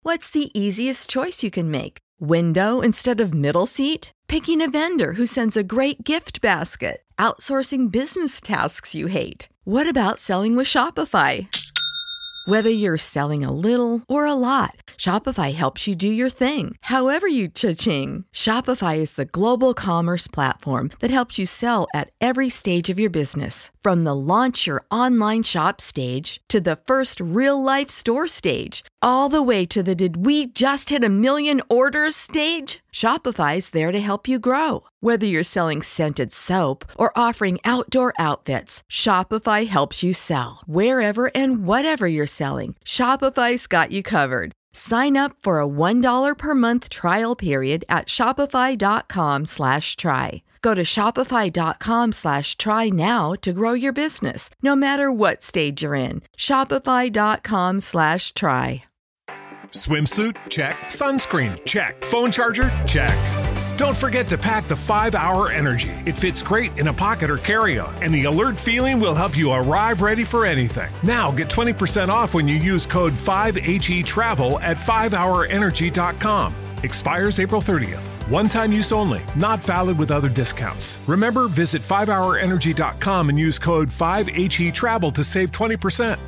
What's the easiest choice you can make? Window instead of middle seat? Picking a vendor who sends a great gift basket? Outsourcing business tasks you hate? What about selling with Shopify? Whether you're selling a little or a lot, Shopify helps you do your thing, however you cha-ching. Shopify is the global commerce platform that helps you sell at every stage of your business. From the launch your online shop stage to the first real-life store stage, all the way to the did we just hit a million orders stage. Shopify's there to help you grow. Whether you're selling scented soap or offering outdoor outfits, Shopify helps you sell. Wherever and whatever you're selling, Shopify's got you covered. Sign up for a $1 per month trial period at shopify.com/try. Go to shopify.com/try now to grow your business, no matter what stage you're in. Shopify.com/try. Swimsuit? Check. Sunscreen? Check. Phone charger? Check. Don't forget to pack the 5-Hour Energy. It fits great in a pocket or carry-on, and the alert feeling will help you arrive ready for anything. Now get 20% off when you use code 5HETRAVEL at 5hourenergy.com. Expires April 30th. One-time use only. Not valid with other discounts. Remember, visit 5hourenergy.com and use code 5HETRAVEL to save 20%.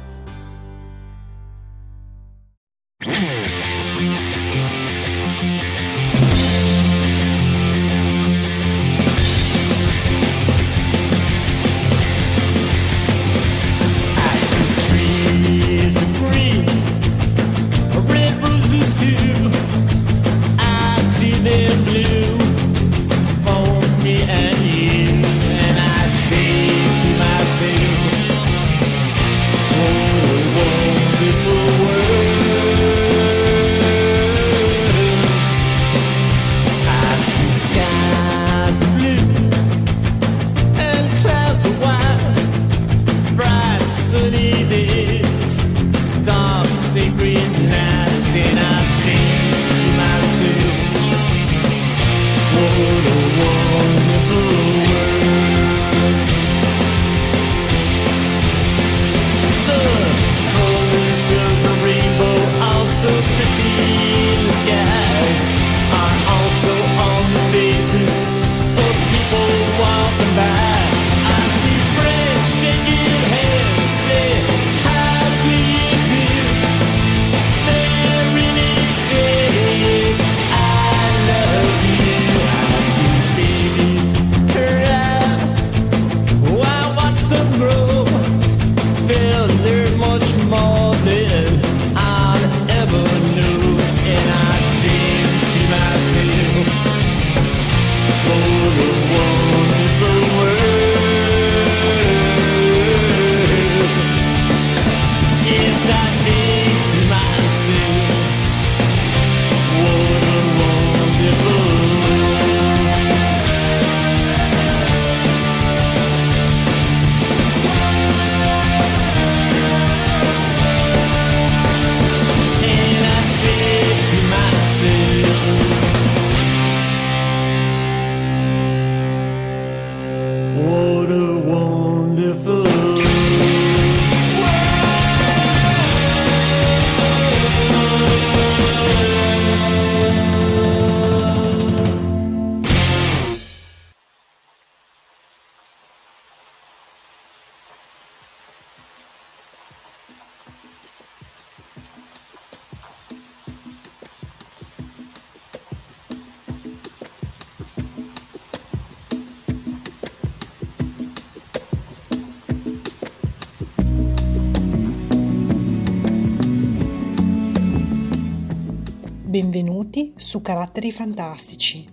Benvenuti su Caratteri Fantastici.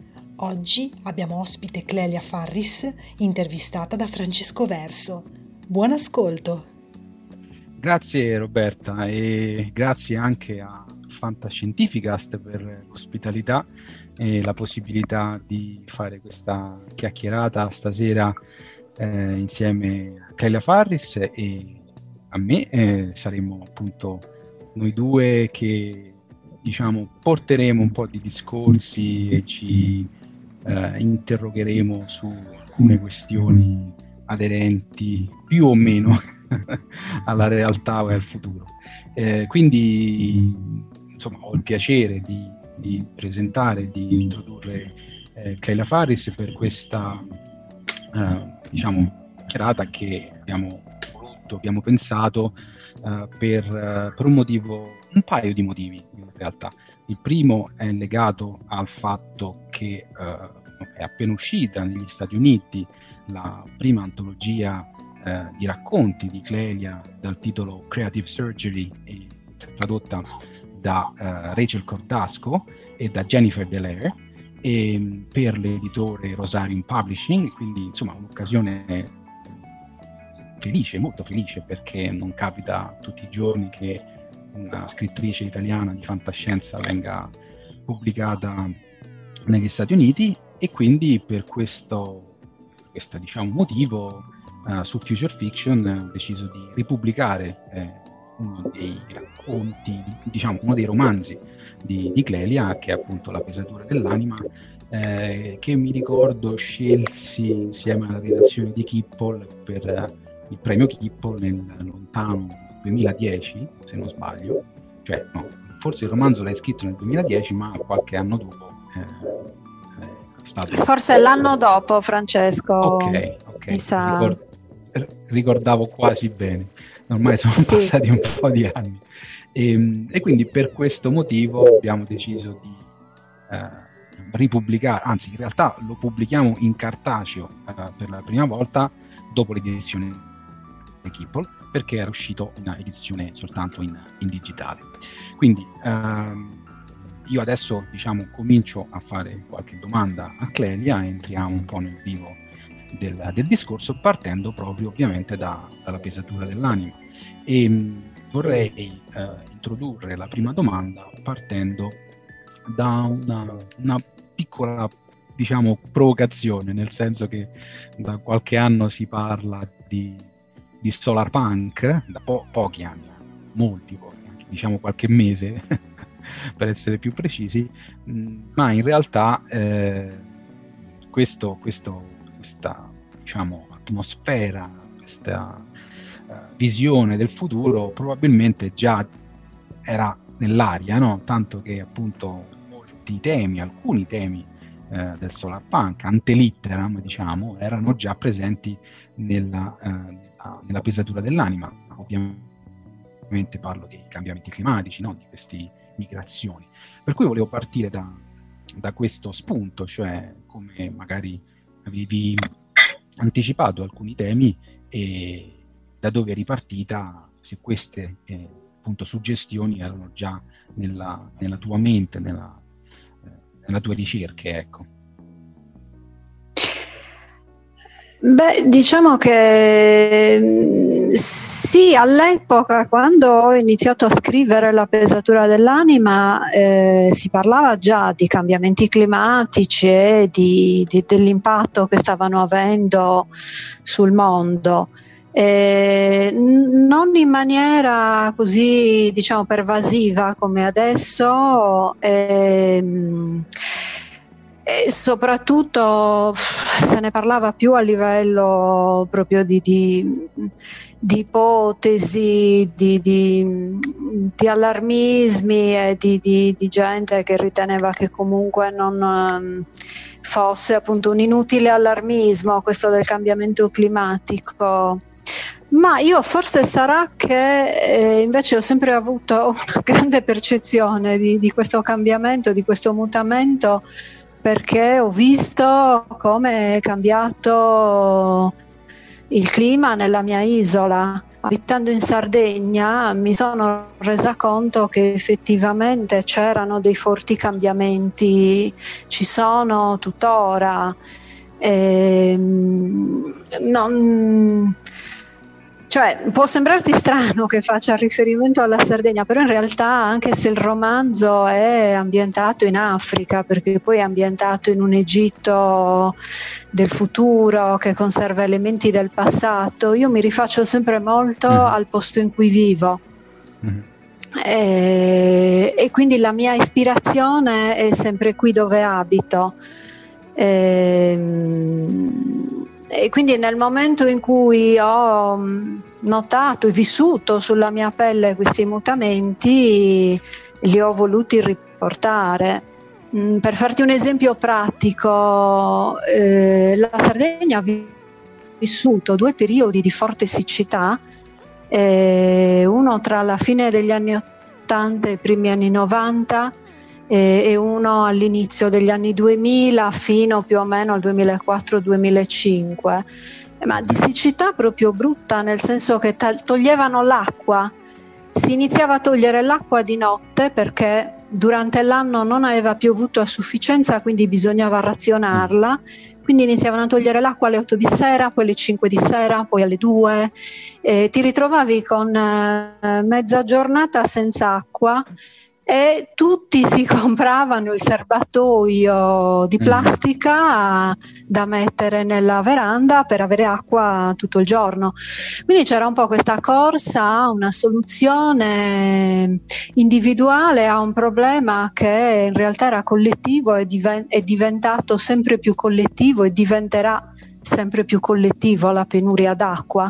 Oggi abbiamo ospite Clelia Farris, intervistata da Francesco Verso. Buon ascolto! Grazie Roberta e grazie anche a Fantascientificast per l'ospitalità e la possibilità di fare questa chiacchierata stasera insieme a Clelia Farris e a me. Saremo appunto noi due che porteremo un po' di discorsi e ci interrogheremo su alcune questioni aderenti più o meno alla realtà o al futuro. Quindi insomma, ho il piacere di presentare, di introdurre Clelia Farris per questa chiacchierata che abbiamo pensato per un paio di motivi in realtà. Il primo è legato al fatto che è appena uscita negli Stati Uniti la prima antologia di racconti di Clelia dal titolo Creative Surgery, tradotta da Rachel Cordasco e da Jennifer Dallaire, e per l'editore Rosarium Publishing, quindi insomma un'occasione felice, molto felice, perché non capita tutti i giorni che una scrittrice italiana di fantascienza venga pubblicata negli Stati Uniti, e quindi per questo motivo su Future Fiction ho deciso di ripubblicare uno dei racconti, uno dei romanzi di Clelia, che è appunto La pesatura dell'anima, che mi ricordo scelsi insieme alla redazione di Kippol per il premio Kippol nel lontano 2010, se non sbaglio, forse il romanzo l'hai scritto nel 2010, ma qualche anno dopo è stato... Forse l'anno dopo, Francesco. Ok, ricordavo quasi bene, ormai sono passati un po' di anni, e quindi per questo motivo abbiamo deciso di ripubblicare, anzi in realtà lo pubblichiamo in cartaceo per la prima volta dopo l'edizione di Kippol, perché era uscito in edizione soltanto in digitale. Quindi io adesso comincio a fare qualche domanda a Clelia e entriamo un po' nel vivo del discorso, partendo proprio ovviamente dalla pesatura dell'anima, e vorrei introdurre la prima domanda partendo da una piccola provocazione, nel senso che da qualche anno si parla di solar punk, da pochi anni, molti pochi, qualche mese per essere più precisi, ma in realtà questa atmosfera, questa visione del futuro probabilmente già era nell'aria, no? Tanto che appunto alcuni temi del solar punk, ante litteram, erano già presenti nella pesatura dell'anima. Ovviamente parlo di cambiamenti climatici, no? Di queste migrazioni. Per cui volevo partire da questo spunto, cioè come magari avevi anticipato alcuni temi e da dove è ripartita, se queste appunto suggestioni erano già nella tua mente, nella tua ricerche, ecco. Beh, diciamo che sì, all'epoca, quando ho iniziato a scrivere La pesatura dell'anima, si parlava già di cambiamenti climatici e dell'impatto che stavano avendo sul mondo. Non in maniera così, pervasiva come adesso, e soprattutto se ne parlava più a livello proprio di ipotesi, di allarmismi e di gente che riteneva che comunque non fosse appunto un inutile allarmismo questo del cambiamento climatico. Ma io forse sarà che invece ho sempre avuto una grande percezione di questo cambiamento, di questo mutamento, perché ho visto come è cambiato il clima nella mia isola. Abitando in Sardegna mi sono resa conto che effettivamente c'erano dei forti cambiamenti, ci sono tuttora. Può sembrarti strano che faccia riferimento alla Sardegna, però in realtà, anche se il romanzo è ambientato in Africa, perché poi è ambientato in un Egitto del futuro che conserva elementi del passato, io mi rifaccio sempre molto al posto in cui vivo. E quindi la mia ispirazione è sempre qui dove abito. E quindi nel momento in cui ho notato e vissuto sulla mia pelle questi mutamenti, li ho voluti riportare. Per farti un esempio pratico, la Sardegna ha vissuto 2 periodi di forte siccità, uno tra la fine degli anni 80 e i primi anni 90 e uno all'inizio degli anni 2000 fino più o meno al 2004-2005, ma di siccità proprio brutta, nel senso che toglievano l'acqua. Si iniziava a togliere l'acqua di notte perché durante l'anno non aveva piovuto a sufficienza, quindi bisognava razionarla, quindi iniziavano a togliere l'acqua alle 8 di sera, poi alle 5 di sera, poi alle 2, ti ritrovavi con mezza giornata senza acqua e tutti si compravano il serbatoio di plastica da mettere nella veranda per avere acqua tutto il giorno. Quindi c'era un po' questa corsa a una soluzione individuale a un problema che in realtà era collettivo e è diventato sempre più collettivo e diventerà sempre più collettivo, la penuria d'acqua.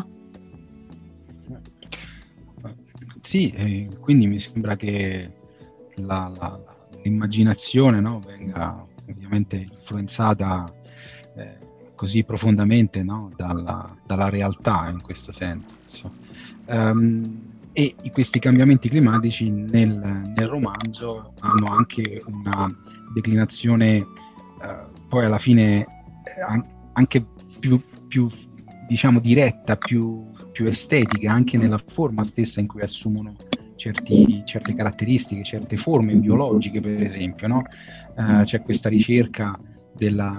Sì, quindi mi sembra che l'immaginazione, no, venga ovviamente influenzata così profondamente, no, dalla realtà in questo senso. E questi cambiamenti climatici nel romanzo hanno anche una declinazione poi alla fine anche più diciamo diretta, più estetica, anche nella forma stessa in cui assumono certe caratteristiche, certe forme biologiche, per esempio, no? C'è questa ricerca delle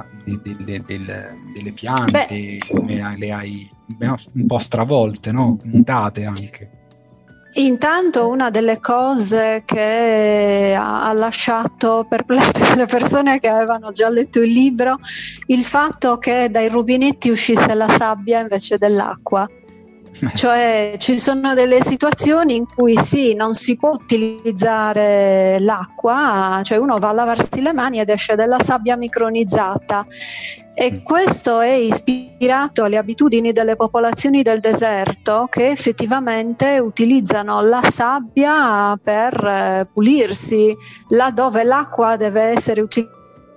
piante, come le hai un po' stravolte, no? Mutate anche. Intanto una delle cose che ha lasciato perplesse le persone che avevano già letto il libro, il fatto che dai rubinetti uscisse la sabbia invece dell'acqua. Cioè ci sono delle situazioni in cui sì, non si può utilizzare l'acqua, cioè uno va a lavarsi le mani ed esce della sabbia micronizzata, e questo è ispirato alle abitudini delle popolazioni del deserto, che effettivamente utilizzano la sabbia per pulirsi, laddove l'acqua deve essere utilizzata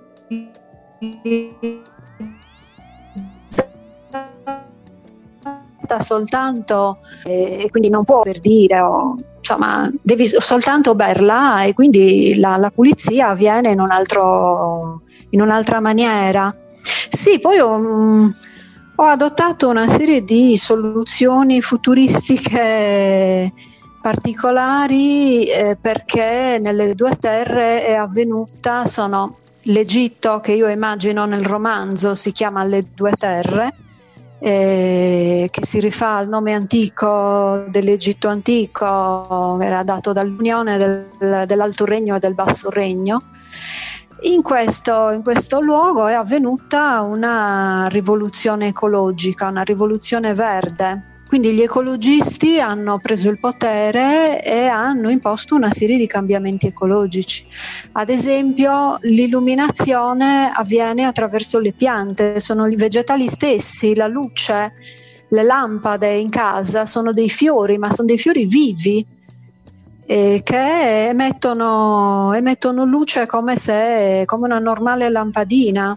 soltanto, e quindi non può, per dire, insomma devi soltanto berla, e quindi la pulizia avviene in un'altra maniera. Sì, poi ho adottato una serie di soluzioni futuristiche particolari, perché nelle 2 terre è avvenuta, sono l'Egitto, che io immagino nel romanzo si chiama Le 2 terre, che si rifà al nome antico dell'Egitto antico, che era dato dall'unione dell'Alto Regno e del Basso Regno. In questo luogo è avvenuta una rivoluzione ecologica, una rivoluzione verde. Quindi gli ecologisti hanno preso il potere e hanno imposto una serie di cambiamenti ecologici. Ad esempio, l'illuminazione avviene attraverso le piante, sono i vegetali stessi, la luce, le lampade in casa sono dei fiori, ma sono dei fiori vivi, che emettono luce come una normale lampadina.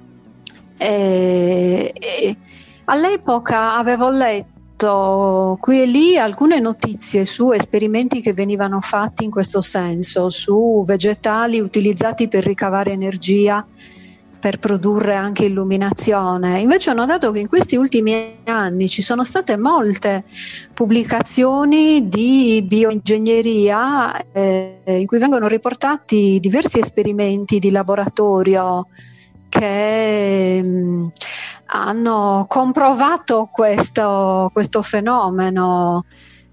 All'epoca avevo letto qui e lì alcune notizie su esperimenti che venivano fatti in questo senso, su vegetali utilizzati per ricavare energia, per produrre anche illuminazione. Invece ho notato che in questi ultimi anni ci sono state molte pubblicazioni di bioingegneria, in cui vengono riportati diversi esperimenti di laboratorio che hanno comprovato questo fenomeno.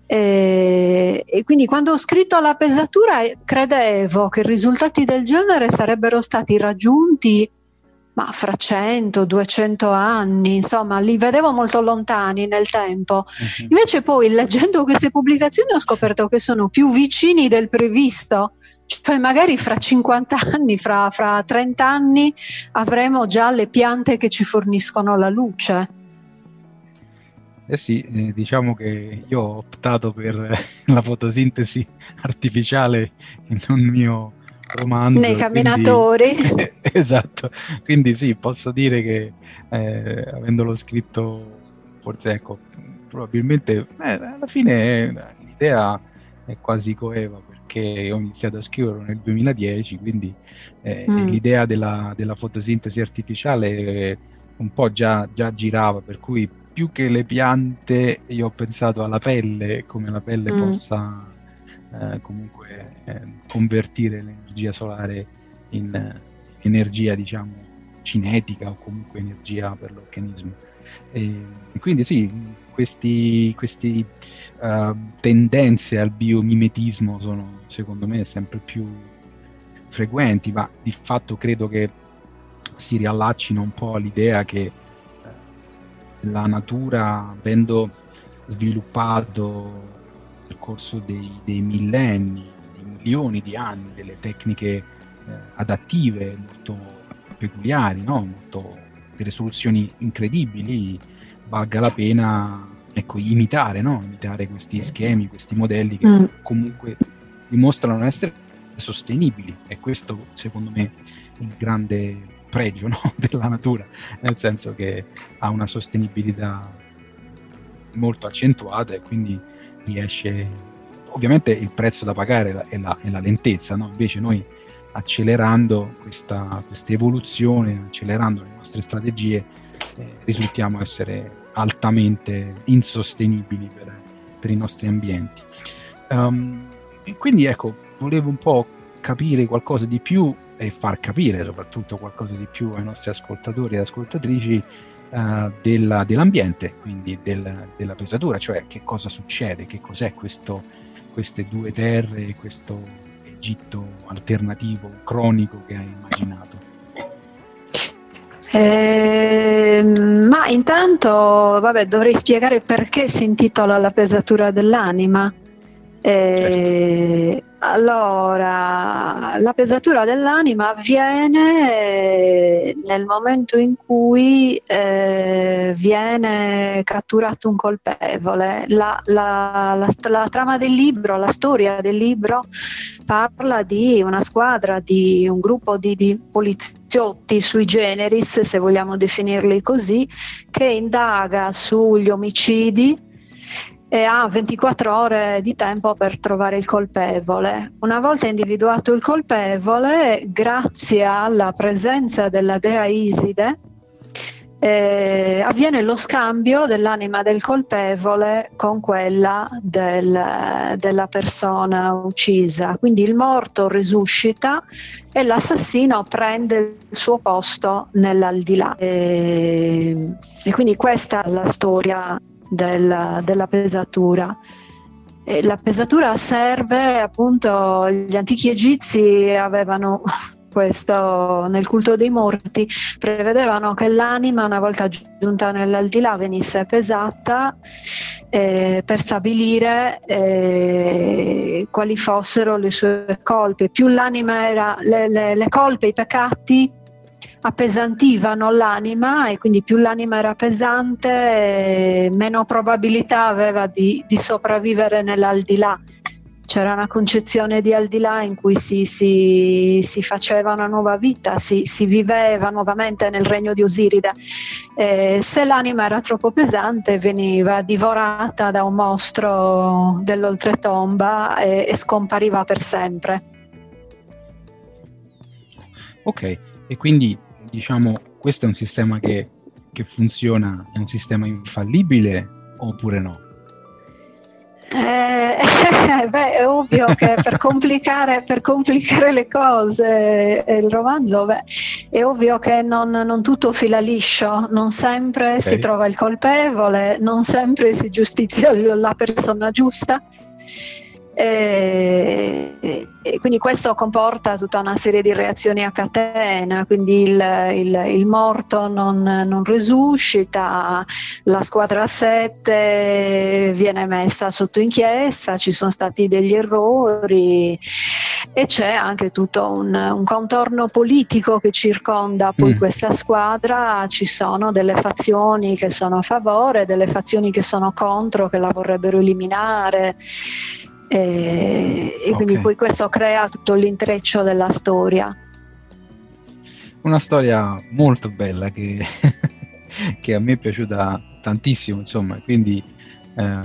E quindi quando ho scritto La pesatura credevo che risultati del genere sarebbero stati raggiunti fra 100-200 anni, insomma li vedevo molto lontani nel tempo. Invece poi, leggendo queste pubblicazioni, ho scoperto che sono più vicini del previsto, cioè magari fra 50 anni, fra 30 anni avremo già le piante che ci forniscono la luce. Sì, diciamo che io ho optato per la fotosintesi artificiale in un mio romanzo. Nei camminatori. Esatto, quindi sì, posso dire che avendolo scritto, forse ecco, probabilmente alla fine l'idea è quasi coeva, perché ho iniziato a scriverlo nel 2010, quindi l'idea della fotosintesi artificiale un po' già girava, per cui più che le piante io ho pensato alla pelle, come la pelle possa comunque convertire l'energia solare in energia, diciamo, cinetica, o comunque energia per l'organismo. E quindi sì, questi tendenze al biomimetismo sono, secondo me, sempre più frequenti, ma di fatto credo che si riallaccino un po' all'idea che la natura, avendo sviluppato nel corso dei millenni, dei milioni di anni, delle tecniche adattive molto peculiari, no? Delle soluzioni incredibili, valga la pena, ecco, imitare questi schemi, questi modelli che comunque dimostrano essere sostenibili, e questo secondo me è il grande pregio, no? della natura, nel senso che ha una sostenibilità molto accentuata, e quindi riesce, ovviamente il prezzo da pagare è la lentezza, no? Invece noi, accelerando questa evoluzione, accelerando le nostre strategie, risultiamo essere altamente insostenibili per i nostri ambienti. E quindi ecco, volevo un po' capire qualcosa di più, e far capire soprattutto qualcosa di più ai nostri ascoltatori e ascoltatrici dell'ambiente, quindi della pesatura, cioè che cosa succede, che cos'è queste due terre, questo Egitto alternativo, cronico che hai immaginato. Ma intanto, vabbè, dovrei spiegare perché si intitola La pesatura dell'anima. Certo. Allora, la pesatura dell'anima avviene nel momento in cui viene catturato un colpevole. La trama del libro, la storia del libro parla di una squadra, di un gruppo di poliziotti sui generis, se vogliamo definirli così, che indaga sugli omicidi e ha 24 ore di tempo per trovare il colpevole. Una volta individuato il colpevole, grazie alla presenza della dea Iside, avviene lo scambio dell'anima del colpevole con quella della persona uccisa. Quindi il morto risuscita e l'assassino prende il suo posto nell'aldilà. E quindi questa è la storia della pesatura. E la pesatura serve, appunto, gli antichi egizi avevano questo nel culto dei morti, prevedevano che l'anima, una volta giunta nell'aldilà, venisse pesata per stabilire quali fossero le sue colpe. Più l'anima era, le colpe, i peccati appesantivano l'anima, e quindi più l'anima era pesante, meno probabilità aveva di sopravvivere nell'aldilà. C'era una concezione di aldilà in cui si faceva una nuova vita, si viveva nuovamente nel regno di Osiride. Se l'anima era troppo pesante, veniva divorata da un mostro dell'oltretomba e scompariva per sempre. Ok, e quindi diciamo questo è un sistema che funziona, è un sistema infallibile oppure no? È ovvio che per complicare le cose, il romanzo, è ovvio che non tutto fila liscio, non sempre si trova il colpevole, non sempre si giustizia la persona giusta, E quindi questo comporta tutta una serie di reazioni a catena, quindi il morto non risuscita, la squadra 7 viene messa sotto inchiesta, ci sono stati degli errori e c'è anche tutto un contorno politico che circonda poi questa squadra. Ci sono delle fazioni che sono a favore, delle fazioni che sono contro, che la vorrebbero eliminare. E quindi poi questo crea tutto l'intreccio della storia. Una storia molto bella che a me è piaciuta tantissimo, insomma, quindi ha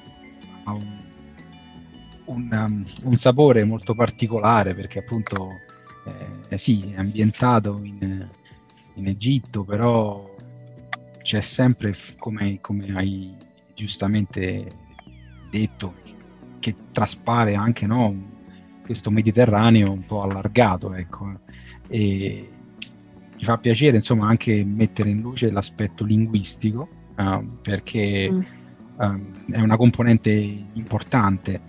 un sapore molto particolare, perché appunto sì, è ambientato in Egitto, però c'è sempre, come hai giustamente detto, che traspare anche, no, questo Mediterraneo un po' allargato, ecco, e mi fa piacere insomma anche mettere in luce l'aspetto linguistico, perché è una componente importante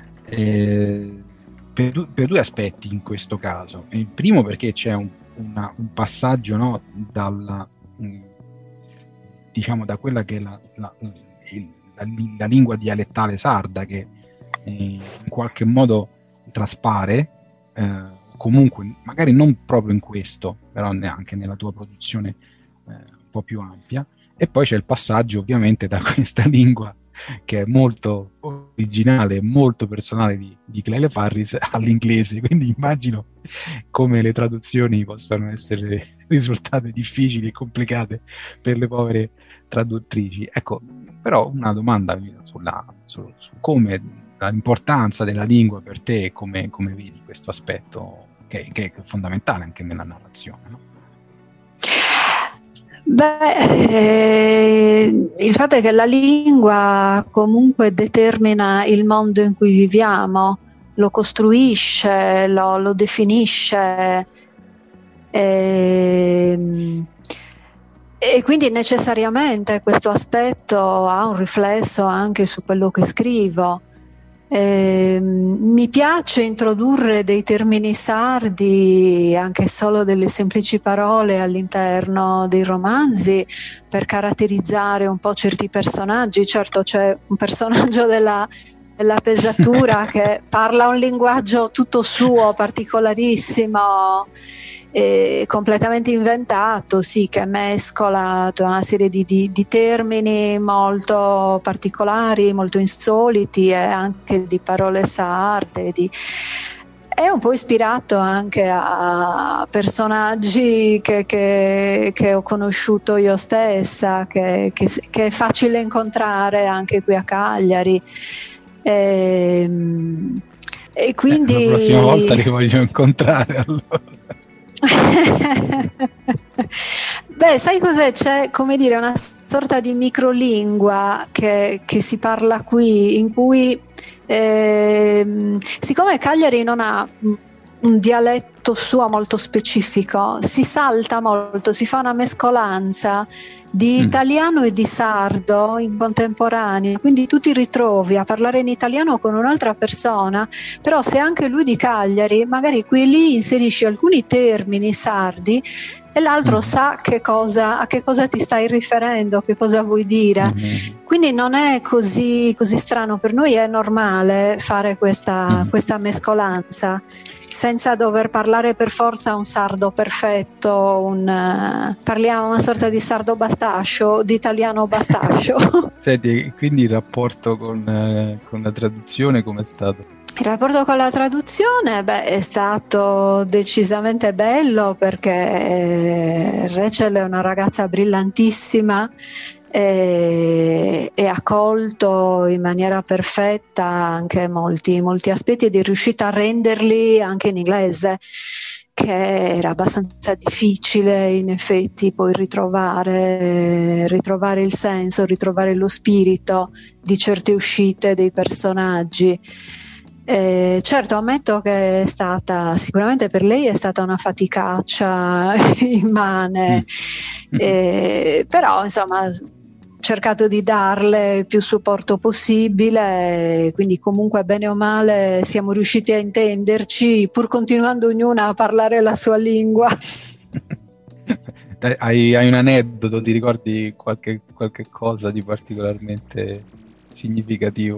per due aspetti in questo caso. Il primo perché c'è un passaggio, no, diciamo da quella che è la lingua dialettale sarda, che in qualche modo traspare, comunque magari non proprio in questo, però neanche nella tua produzione un po' più ampia. E poi c'è il passaggio ovviamente da questa lingua che è molto originale, molto personale di Clelia Farris all'inglese, quindi immagino come le traduzioni possano essere risultate difficili e complicate per le povere traduttrici. Ecco, però una domanda su come l'importanza della lingua per te, come vedi questo aspetto che è fondamentale anche nella narrazione, no? Il fatto è che la lingua comunque determina il mondo in cui viviamo, lo costruisce, lo definisce, e quindi necessariamente questo aspetto ha un riflesso anche su quello che scrivo. Mi piace introdurre dei termini sardi, anche solo delle semplici parole all'interno dei romanzi, per caratterizzare un po' certi personaggi. Certo, c'è un personaggio della pesatura che parla un linguaggio tutto suo, particolarissimo, completamente inventato, sì, che mescola una serie di termini molto particolari, molto insoliti, e anche di parole sarde, è un po' ispirato anche a personaggi che ho conosciuto io stessa, che è facile incontrare anche qui a Cagliari. E quindi la prossima volta li voglio incontrare, allora. Beh, sai cos'è? C'è, come dire, una sorta di microlingua che si parla qui, in cui siccome Cagliari non ha un dialetto suo molto specifico, si salta molto, si fa una mescolanza di italiano e di sardo in contemporanea, quindi tu ti ritrovi a parlare in italiano con un'altra persona, però se anche lui di Cagliari, magari qui e lì inserisci alcuni termini sardi e l'altro sa a che cosa ti stai riferendo, che cosa vuoi dire. Quindi non è così strano, per noi è normale fare questa mescolanza, senza dover parlare per forza un sardo perfetto, parliamo una sorta di sardo bastascio, di italiano bastascio. Senti, quindi il rapporto con la traduzione com'è stato? Il rapporto con la traduzione è stato decisamente bello, perché Rachel è una ragazza brillantissima e ha colto in maniera perfetta anche molti aspetti ed è riuscita a renderli anche in inglese, che era abbastanza difficile in effetti poi ritrovare il senso, ritrovare lo spirito di certe uscite dei personaggi. Certo, ammetto che è stata, sicuramente per lei è stata una faticaccia immane, però insomma cercato di darle il più supporto possibile, quindi comunque bene o male siamo riusciti a intenderci, pur continuando ognuna a parlare la sua lingua. Hai un aneddoto, ti ricordi qualche cosa di particolarmente significativo?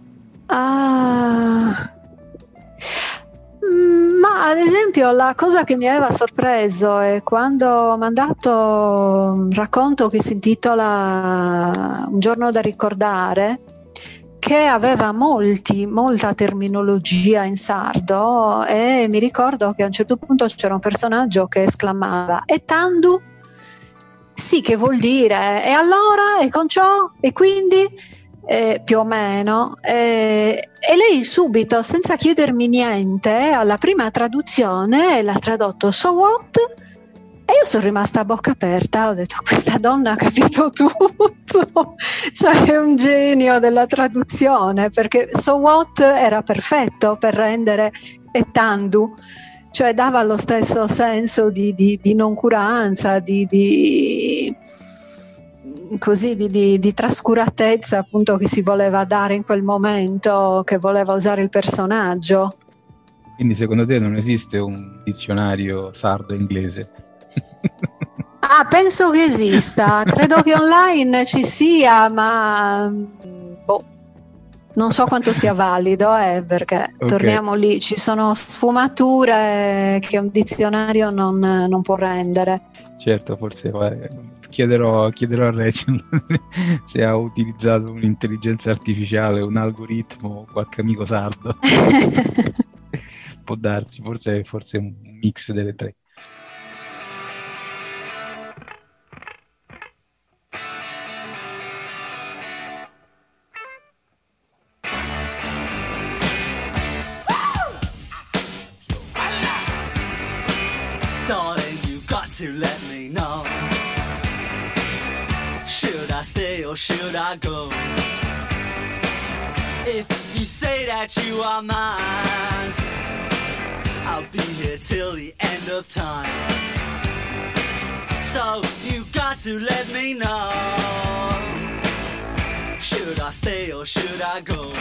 Ma ad esempio la cosa che mi aveva sorpreso è quando mi ha dato un racconto che si intitola Un giorno da ricordare, che aveva molta terminologia in sardo, e mi ricordo che a un certo punto c'era un personaggio che esclamava "E tandu?" Sì, che vuol dire "e allora? E con ciò? E quindi?" Più o meno, e lei subito, senza chiedermi niente, alla prima traduzione l'ha tradotto "so what?" e io sono rimasta a bocca aperta, ho detto questa donna ha capito tutto, cioè è un genio della traduzione, perché "so what" era perfetto per rendere "e tandu", cioè dava lo stesso senso di noncuranza, di trascuratezza, appunto, che si voleva dare in quel momento, che voleva usare il personaggio. Quindi secondo te non esiste un dizionario sardo-inglese? Penso che esista, credo che online ci sia, ma non so quanto sia valido, perché okay. Torniamo lì, ci sono sfumature che un dizionario non può rendere. Certo, forse chiederò a Rachel se ha utilizzato un'intelligenza artificiale, un algoritmo, qualche amico sardo. Può darsi, forse un mix delle tre. To let me know, should I stay or should I go? If you say that you are mine, I'll be here till the end of time. So you got to let me know, should I stay or should I go?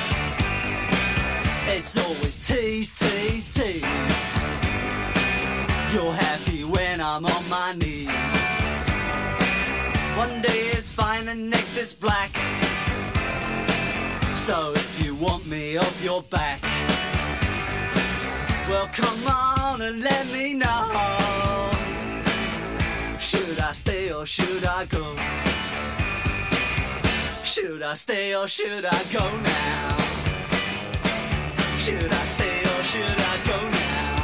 It's always tease, tease, tease. You're happy when I'm on my knees. One day is fine and next is black. So if you want me off your back, well come on and let me know, should I stay or should I go? Should I stay or should I go now? Should I stay or should I go now?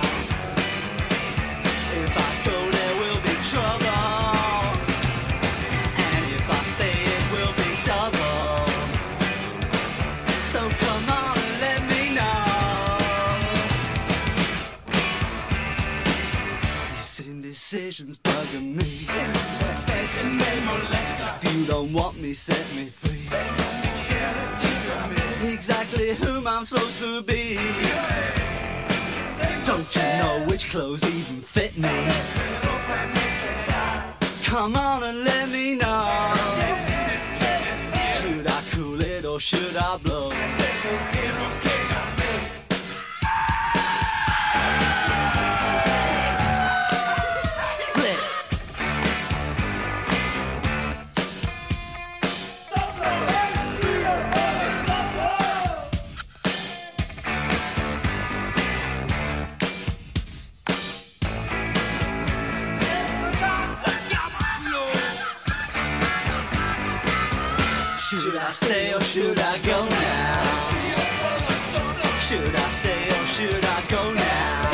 If I go there will be trouble, and if I stay it will be double. So come on and let me know. This indecision's bugging me. If you don't want me, set me free. Exactly whom I'm supposed to be. Don't you know which clothes even fit me? Come on and let me know, should I cool it or should I blow? Should I stay or should I go now? Should I stay or should I go now?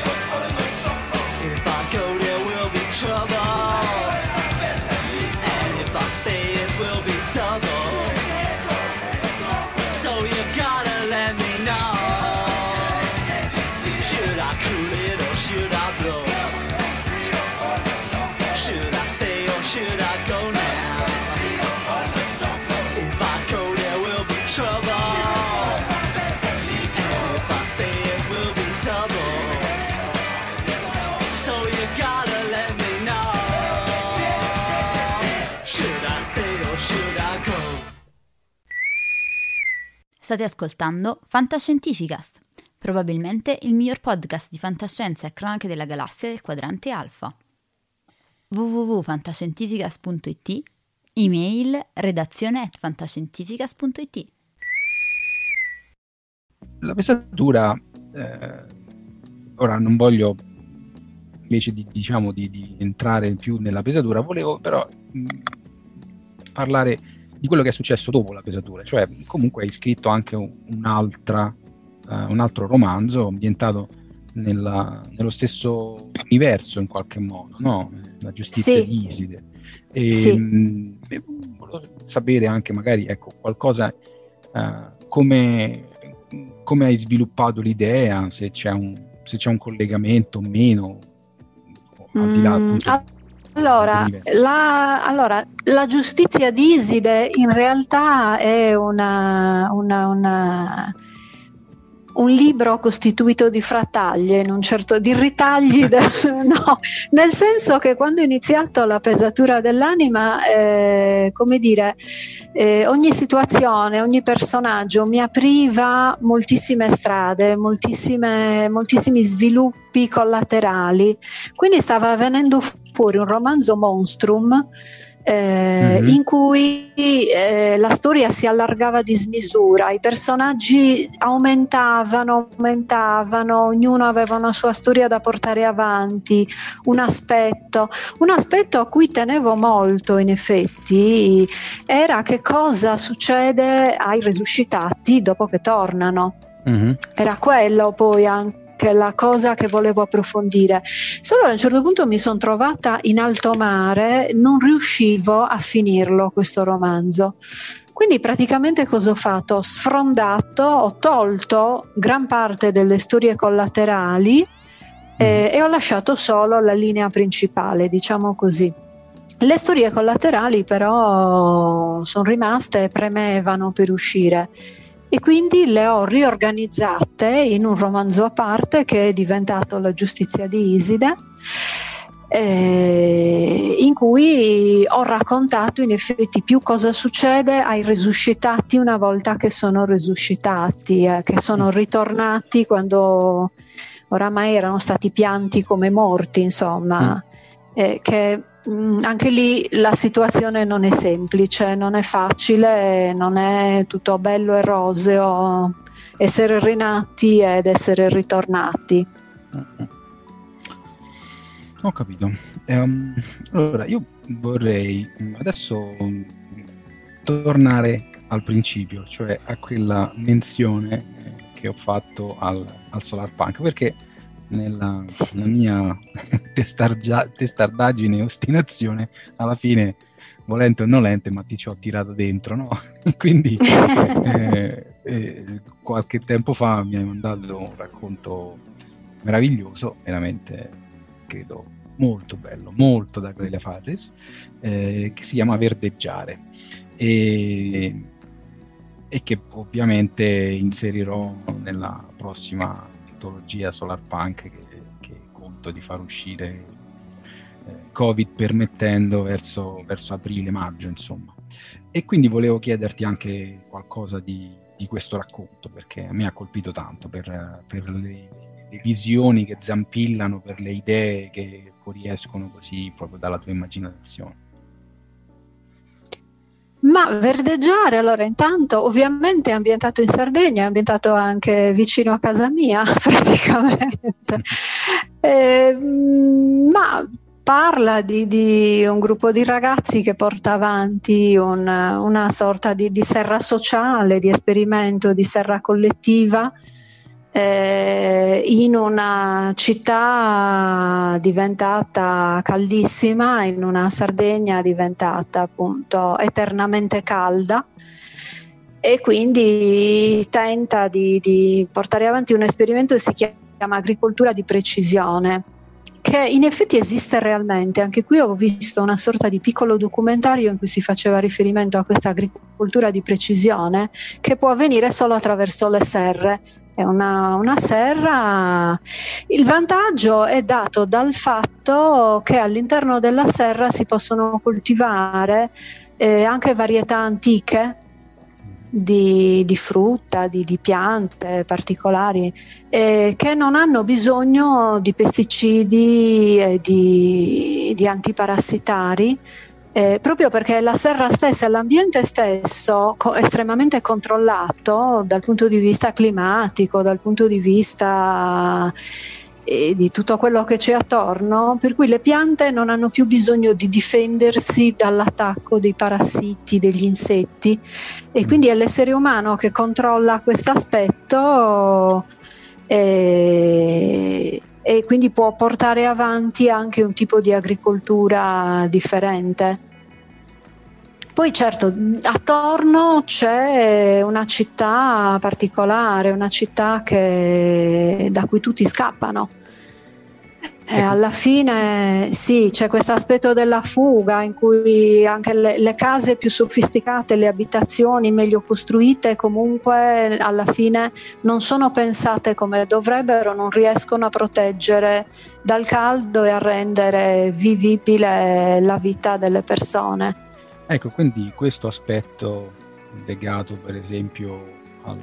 If I go there will be trouble, and if I stay it will be double. So you gotta let me know, should I cool it or should I blow? Should I stay or should I go now? If I go there will be State ascoltando Fantascientificast, probabilmente il miglior podcast di fantascienza e cronache della galassia del quadrante alfa. www.fantascientificast.it, email redazione@fantascientificast.it. La pesatura, ora non voglio, invece di entrare più nella pesatura, volevo però parlare di quello che è successo dopo la pesatura, cioè comunque hai scritto anche un altro romanzo ambientato nello stesso universo in qualche modo, no? La giustizia di Iside. Volevo sapere anche magari, ecco, qualcosa, come hai sviluppato l'idea, se c'è un collegamento o meno, al di là appunto. Allora, la giustizia di Iside in realtà è un libro costituito di frattaglie, di ritagli, no, nel senso che quando ho iniziato la pesatura dell'anima, ogni situazione, ogni personaggio mi apriva moltissime strade, moltissimi sviluppi collaterali, quindi stava venendo fuori un romanzo monstrum in cui la storia si allargava di smisura, i personaggi aumentavano, ognuno aveva una sua storia da portare avanti, un aspetto a cui tenevo molto, in effetti, era che cosa succede ai resuscitati dopo che tornano. Era quello poi anche la cosa che volevo approfondire, solo a un certo punto mi sono trovata in alto mare, non riuscivo a finirlo questo romanzo, quindi praticamente cosa ho fatto? Ho sfrondato, ho tolto gran parte delle storie collaterali e ho lasciato solo la linea principale, diciamo così. Le storie collaterali però sono rimaste e premevano per uscire, e quindi le ho riorganizzate in un romanzo a parte che è diventato La giustizia di Iside, in cui ho raccontato in effetti più cosa succede ai resuscitati una volta che sono resuscitati, che sono ritornati quando oramai erano stati pianti come morti, insomma, che anche lì la situazione non è semplice, non è facile, non è tutto bello e roseo essere rinati ed essere ritornati. Ho capito. Allora io vorrei adesso tornare al principio, cioè a quella menzione che ho fatto al solar punk, perché nella mia testardaggine e ostinazione, alla fine, volente o nolente, ma ti ci ho tirato dentro, no? Quindi qualche tempo fa mi hai mandato un racconto meraviglioso, veramente credo molto bello, molto da Clelia Farris, che si chiama Verdeggiare, e che ovviamente inserirò nella prossima antologia Solarpunk che conto di far uscire, Covid permettendo, verso aprile-maggio, insomma. E quindi volevo chiederti anche qualcosa di questo racconto, perché a me ha colpito tanto per le visioni che zampillano, per le idee che fuoriescono così proprio dalla tua immaginazione. Ma Verdeggiare, allora, intanto ovviamente è ambientato in Sardegna, è ambientato anche vicino a casa mia praticamente, ma parla di un gruppo di ragazzi che porta avanti una sorta di serra sociale, di esperimento di serra collettiva in una città diventata caldissima, in una Sardegna diventata appunto eternamente calda, e quindi tenta di portare avanti un esperimento che si chiama agricoltura di precisione, che in effetti esiste realmente. Anche qui ho visto una sorta di piccolo documentario in cui si faceva riferimento a questa agricoltura di precisione che può avvenire solo attraverso le serre. È una serra. Il vantaggio è dato dal fatto che all'interno della serra si possono coltivare anche varietà antiche di frutta, di piante particolari, che non hanno bisogno di pesticidi e di antiparassitari, proprio perché la serra stessa, l'ambiente stesso estremamente controllato dal punto di vista climatico, dal punto di vista di tutto quello che c'è attorno, per cui le piante non hanno più bisogno di difendersi dall'attacco dei parassiti, degli insetti, e quindi è l'essere umano che controlla questo aspetto e quindi può portare avanti anche un tipo di agricoltura differente. Poi certo, attorno c'è una città particolare, una città da cui tutti scappano. E alla fine sì, c'è questo aspetto della fuga in cui anche le case più sofisticate, le abitazioni meglio costruite, comunque alla fine non sono pensate come dovrebbero, non riescono a proteggere dal caldo e a rendere vivibile la vita delle persone. Ecco, quindi questo aspetto legato per esempio al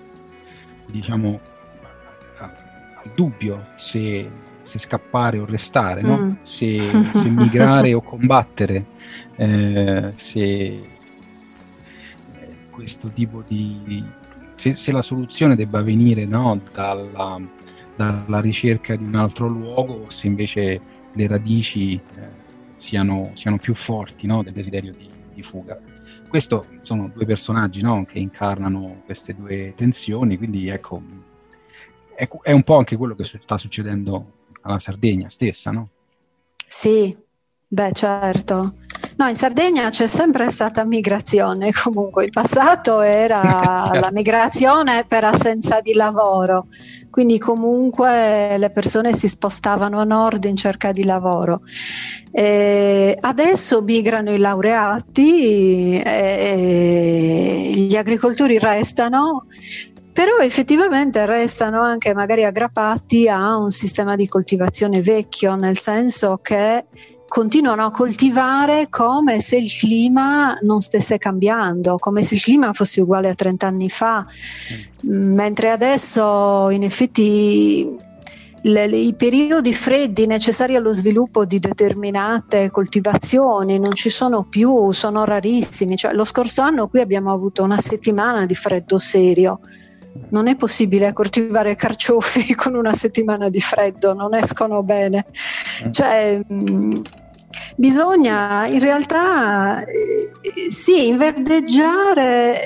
dubbio se scappare o restare, no? Se migrare o combattere, se questo tipo se la soluzione debba venire, no, dalla ricerca di un altro luogo, o se invece le radici siano più forti, no, del desiderio di fuga. Questo sono due personaggi, no, che incarnano queste due tensioni, quindi ecco, è un po' anche quello che sta succedendo alla Sardegna stessa, no? Sì, beh certo. No, in Sardegna c'è sempre stata migrazione, comunque il passato era la migrazione per assenza di lavoro, quindi comunque le persone si spostavano a nord in cerca di lavoro. Adesso migrano i laureati, gli agricoltori restano, però effettivamente restano anche magari aggrappati a un sistema di coltivazione vecchio, nel senso che continuano a coltivare come se il clima non stesse cambiando, come se il clima fosse uguale a 30 anni fa, mentre adesso in effetti i periodi freddi necessari allo sviluppo di determinate coltivazioni non ci sono più, sono rarissimi. Cioè, lo scorso anno qui abbiamo avuto una settimana di freddo serio. Non è possibile coltivare carciofi con una settimana di freddo, non escono bene. Cioè, bisogna in realtà sì, inverdeggiare,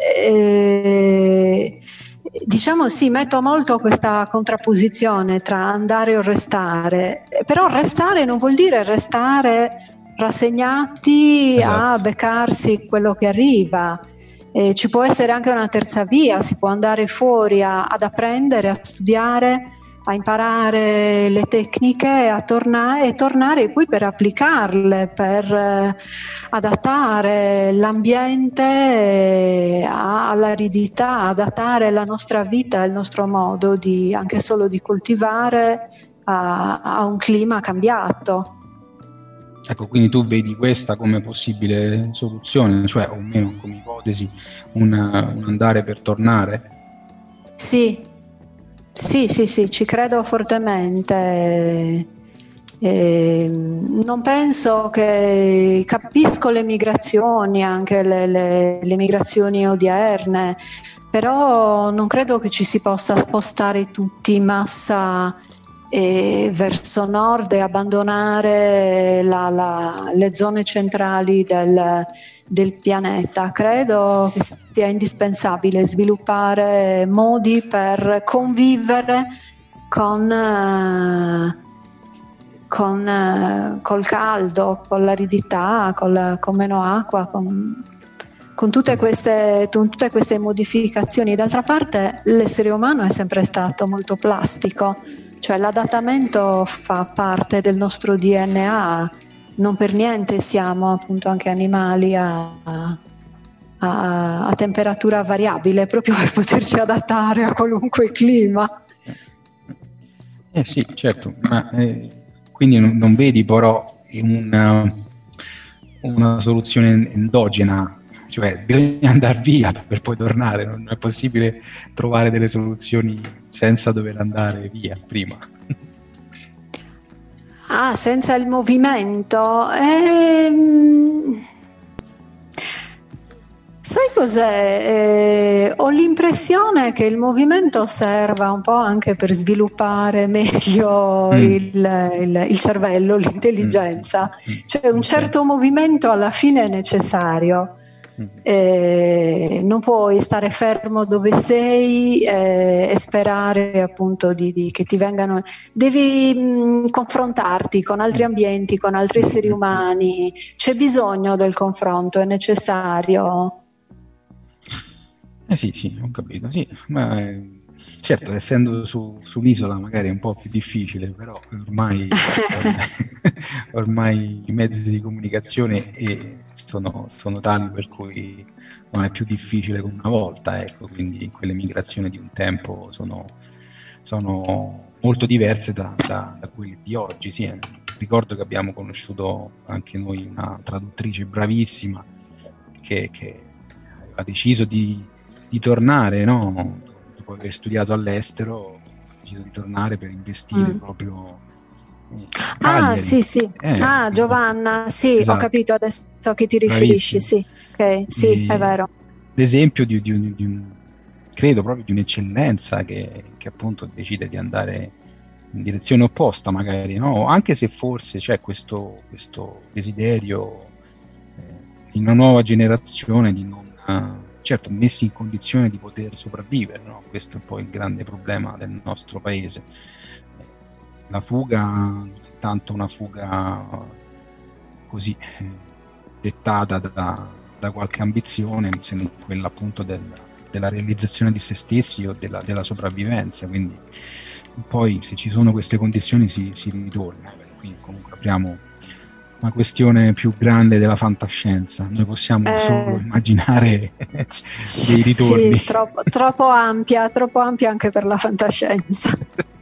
diciamo sì, metto molto questa contrapposizione tra andare o restare, però restare non vuol dire restare rassegnati a beccarsi quello che arriva. Ci può essere anche una terza via, si può andare fuori ad apprendere, a studiare, a imparare le tecniche, a tornare poi per applicarle, per adattare l'ambiente all'aridità, adattare la nostra vita, il nostro modo anche solo di coltivare a un clima cambiato. Ecco, quindi tu vedi questa come possibile soluzione, cioè o meno come ipotesi, un andare per tornare? Sì, ci credo fortemente. Non penso che capisco le migrazioni, anche le migrazioni odierne, però non credo che ci si possa spostare tutti in massa verso nord e abbandonare le zone centrali del pianeta. Credo che sia indispensabile sviluppare modi per convivere col caldo, con l'aridità, con meno acqua, con tutte queste modificazioni. D'altra parte l'essere umano è sempre stato molto plastico, cioè l'adattamento fa parte del nostro DNA, non per niente siamo appunto anche animali a temperatura variabile, proprio per poterci adattare a qualunque clima. Sì, certo, ma quindi non vedi però una soluzione endogena cioè bisogna andare via per poi tornare, non è possibile trovare delle soluzioni senza dover andare via prima. Ah, senza il movimento? Sai cos'è? Ho l'impressione che il movimento serva un po' anche per sviluppare meglio il cervello, l'intelligenza. Cioè un certo movimento alla fine è necessario. Non puoi stare fermo dove sei e sperare appunto che ti vengano. Devi confrontarti con altri ambienti, con altri esseri umani. C'è bisogno del confronto, è necessario. Sì, ho capito, sì, ma certo, essendo su un'isola magari è un po' più difficile, però ormai i mezzi di comunicazione sono tali per cui non è più difficile come una volta, ecco, quindi quelle migrazioni di un tempo sono molto diverse da quelle di oggi, sì. Ricordo che abbiamo conosciuto anche noi una traduttrice bravissima che ha deciso di tornare, no? Dopo aver studiato all'estero, ha deciso di tornare per investire proprio Cagliari. Sì. Giovanna, sì, esatto. Ho capito adesso a chi ti riferisci, sì, ok, sì, è vero. L'esempio di un credo proprio di un'eccellenza che appunto decide di andare in direzione opposta magari, no? Anche se forse c'è questo desiderio in una nuova generazione di non certo messi in condizione di poter sopravvivere, no? Questo è poi il grande problema del nostro paese. La fuga non è tanto una fuga così dettata da qualche ambizione, se non quella appunto della realizzazione di se stessi o della sopravvivenza, quindi poi se ci sono queste condizioni si ritorna. Quindi comunque apriamo una questione più grande della fantascienza, noi possiamo solo immaginare dei ritorni. Sì, troppo ampia anche per la fantascienza.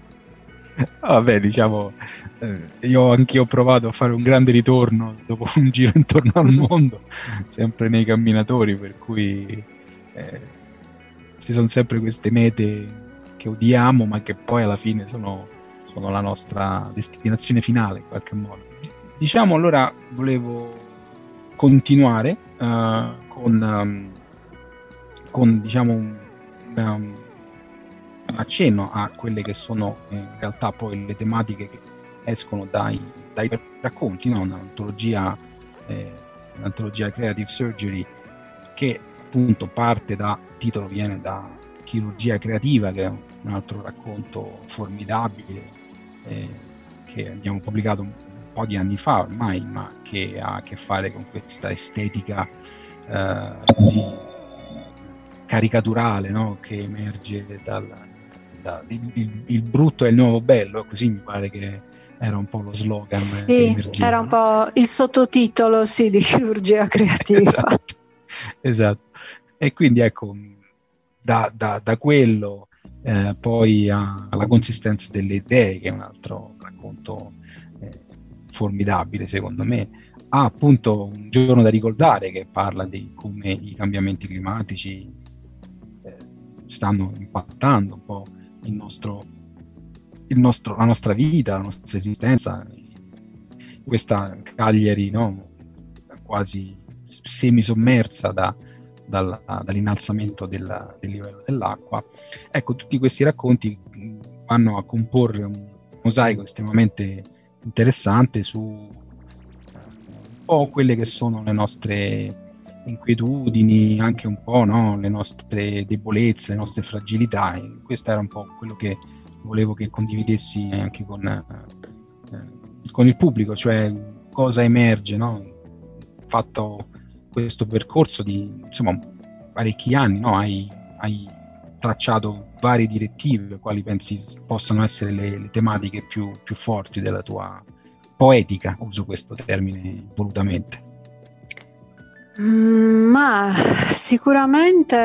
Vabbè, diciamo, anch'io ho provato a fare un grande ritorno dopo un giro intorno al mondo, sempre nei camminatori, per cui ci sono sempre queste mete che odiamo, ma che poi alla fine sono la nostra destinazione finale in qualche modo. Diciamo, allora volevo continuare con diciamo un accenno a quelle che sono in realtà poi le tematiche che escono dai racconti, no? Un'antologia Creative Surgery che appunto parte il titolo viene da Chirurgia Creativa, che è un altro racconto formidabile che abbiamo pubblicato un po' di anni fa ormai, ma che ha a che fare con questa estetica così caricaturale, no? Che emerge il brutto è il nuovo bello, così mi pare che era un po' lo slogan. Sì, era un po' il sottotitolo, sì, di Chirurgia Creativa. Esatto. E quindi ecco, da quello poi alla consistenza delle idee, che è un altro racconto formidabile secondo me, ha appunto Un giorno da ricordare, che parla di come i cambiamenti climatici stanno impattando un po' la nostra vita, la nostra esistenza, questa Cagliari, no? Quasi semisommersa dall'innalzamento del livello dell'acqua. Ecco, tutti questi racconti vanno a comporre un mosaico estremamente interessante su un po' quelle che sono le nostre inquietudini, anche un po', no? Le nostre debolezze, le nostre fragilità. E questo era un po' quello che volevo che condividessi anche con il pubblico, cioè cosa emerge, no? Fatto questo percorso di insomma parecchi anni, no? Hai tracciato varie direttive, quali pensi possano essere le tematiche più forti della tua poetica, uso questo termine volutamente. Ma sicuramente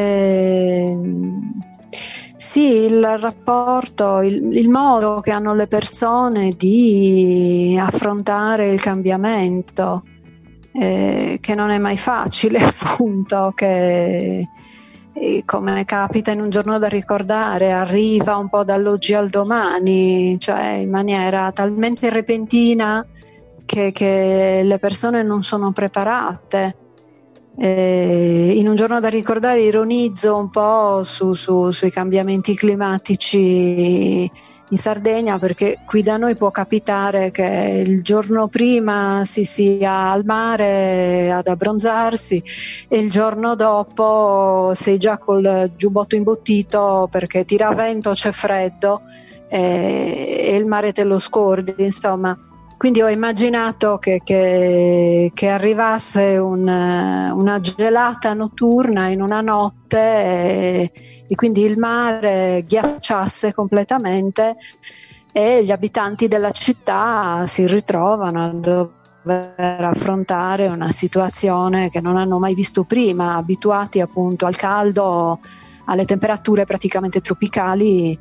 sì, il rapporto, il modo che hanno le persone di affrontare il cambiamento. che non è mai facile, appunto, che come capita in Un giorno da ricordare, arriva un po' dall'oggi al domani, cioè in maniera talmente repentina che le persone non sono preparate. In Un giorno da ricordare ironizzo un po' sui cambiamenti climatici in Sardegna, perché qui da noi può capitare che il giorno prima si sia al mare ad abbronzarsi e il giorno dopo sei già col giubbotto imbottito perché tira vento, c'è freddo e il mare te lo scordi, insomma. Quindi ho immaginato che arrivasse una gelata notturna in una notte e quindi il mare ghiacciasse completamente e gli abitanti della città si ritrovano a dover affrontare una situazione che non hanno mai visto prima, abituati appunto al caldo, alle temperature praticamente tropicali.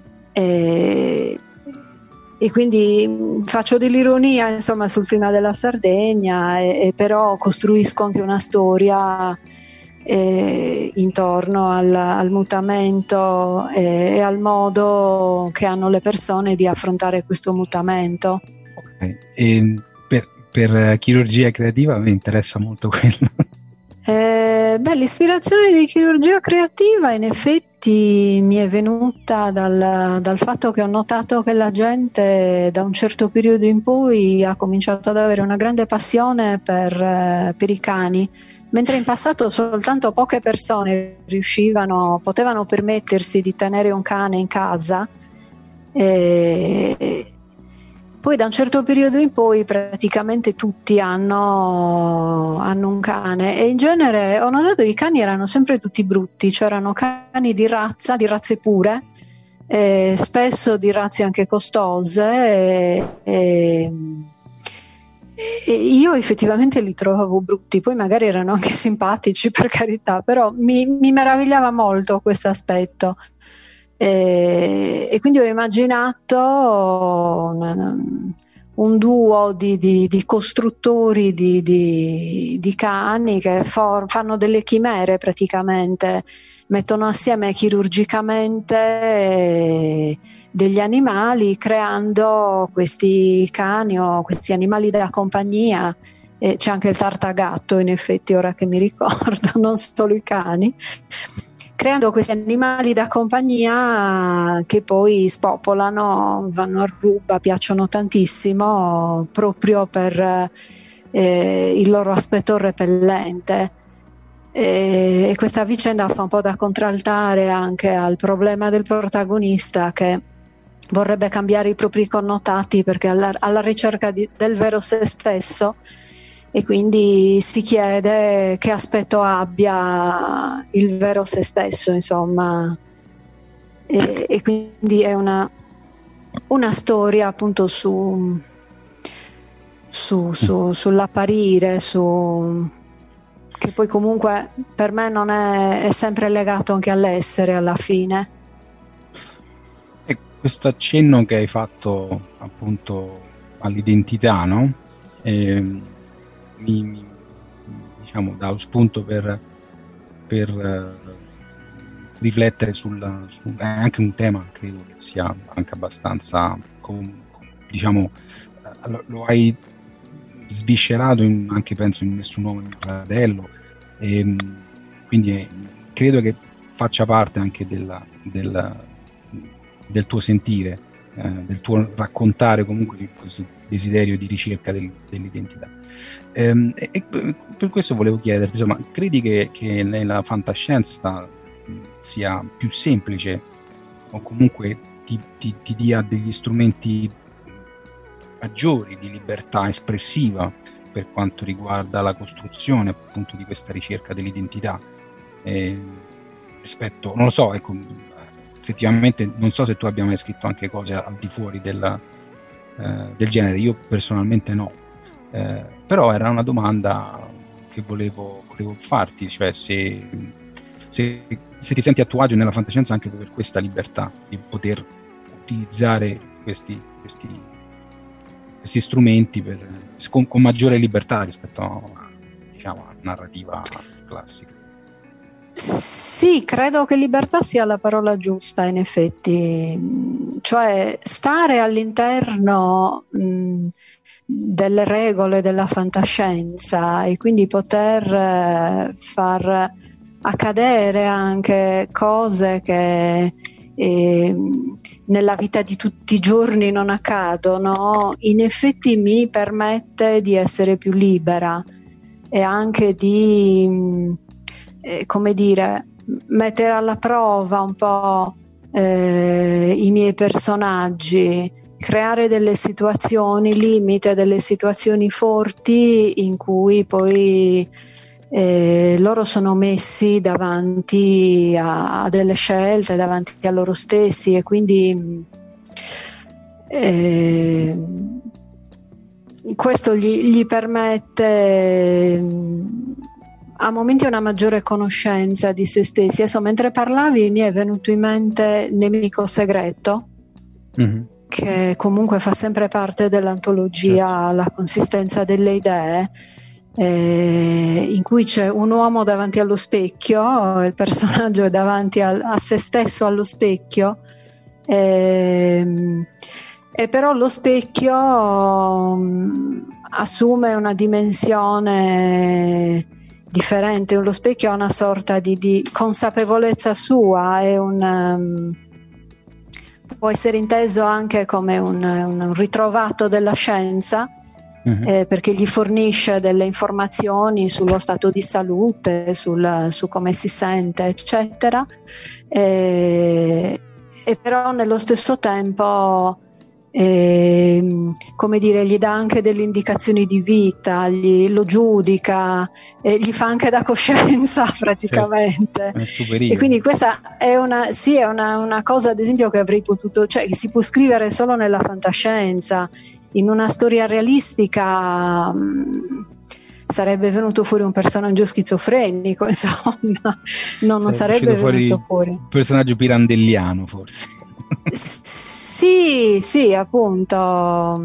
E quindi faccio dell'ironia, insomma, sul clima della Sardegna e però costruisco anche una storia intorno al mutamento e al modo che hanno le persone di affrontare questo mutamento. Ok, e per chirurgia creativa mi interessa molto quello. L'ispirazione di chirurgia creativa in effetti mi è venuta dal fatto che ho notato che la gente da un certo periodo in poi ha cominciato ad avere una grande passione per i cani, mentre in passato soltanto poche persone potevano permettersi di tenere un cane in casa. Poi da un certo periodo in poi praticamente tutti hanno un cane e in genere ho notato che i cani erano sempre tutti brutti, cioè erano cani di razze pure, spesso di razze anche costose e io effettivamente li trovavo brutti, poi magari erano anche simpatici per carità, però mi meravigliava molto questo aspetto. E quindi ho immaginato un duo di costruttori di cani che fanno delle chimere praticamente, mettono assieme chirurgicamente degli animali creando questi cani o questi animali da compagnia. C'è anche il tartagatto in effetti, ora che mi ricordo, non solo i cani, creando questi animali da compagnia che poi spopolano, vanno a ruba, piacciono tantissimo proprio per il loro aspetto repellente. E questa vicenda fa un po' da contraltare anche al problema del protagonista che vorrebbe cambiare i propri connotati perché alla ricerca del vero se stesso, e quindi si chiede che aspetto abbia il vero se stesso, insomma, e quindi è una storia appunto sull'apparire, che poi comunque per me non è sempre legato anche all'essere alla fine. E questo accenno che hai fatto appunto all'identità, no? Mi diciamo dà lo spunto per riflettere è anche un tema credo che sia anche abbastanza diciamo lo hai sviscerato anche penso in Nessun uomo è mio fratello, quindi credo che faccia parte anche del tuo sentire, del tuo raccontare comunque di questo desiderio di ricerca dell'identità. E per questo volevo chiederti, insomma, credi che nella fantascienza sia più semplice o comunque ti dia degli strumenti maggiori di libertà espressiva per quanto riguarda la costruzione appunto di questa ricerca dell'identità rispetto, non lo so, ecco, effettivamente non so se tu abbia mai scritto anche cose al di fuori del genere, io personalmente no. Però era una domanda che volevo farti, cioè se ti senti a tuo agio nella fantascienza anche per questa libertà di poter utilizzare questi questi strumenti con maggiore libertà rispetto a, diciamo, a narrativa classica. Sì, credo che libertà sia la parola giusta, in effetti, cioè stare all'interno delle regole della fantascienza e quindi poter far accadere anche cose che nella vita di tutti i giorni non accadono, in effetti mi permette di essere più libera e anche di come dire, mettere alla prova un po' i miei personaggi, creare delle situazioni limite, delle situazioni forti in cui poi loro sono messi davanti a delle scelte, davanti a loro stessi, e quindi questo gli permette a momenti una maggiore conoscenza di se stessi. Adesso, mentre parlavi, mi è venuto in mente Nemico segreto, che comunque fa sempre parte dell'antologia, certo, La consistenza delle idee, in cui c'è un uomo davanti allo specchio, il personaggio è davanti a se stesso allo specchio, e però lo specchio assume una dimensione differente. Lo specchio ha una sorta di consapevolezza sua, è può essere inteso anche come un ritrovato della scienza, perché gli fornisce delle informazioni sullo stato di salute, su come si sente, eccetera, e però nello stesso tempo come dire, gli dà anche delle indicazioni di vita, lo giudica, gli fa anche da coscienza praticamente, e quindi questa è una cosa, ad esempio, che avrei potuto, cioè che si può scrivere solo nella fantascienza. In una storia realistica sarebbe venuto fuori un personaggio schizofrenico, insomma, non sarebbe venuto fuori un personaggio pirandelliano, forse. Sì, appunto,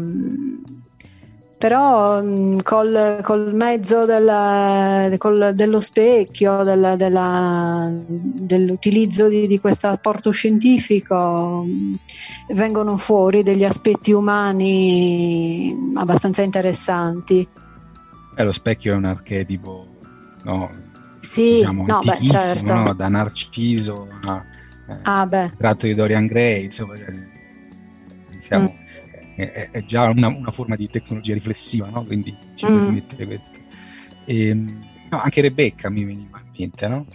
però col mezzo dello specchio, dell'utilizzo di questo apporto scientifico, vengono fuori degli aspetti umani abbastanza interessanti. Lo specchio è un archetipo, no? Sì, diciamo, no, antichissimo, certo. no? Da Narciso il tratto di Dorian Gray, insomma, è già una forma di tecnologia riflessiva, no? Quindi ci permette questo. No, anche Rebecca mi veniva in mente, no?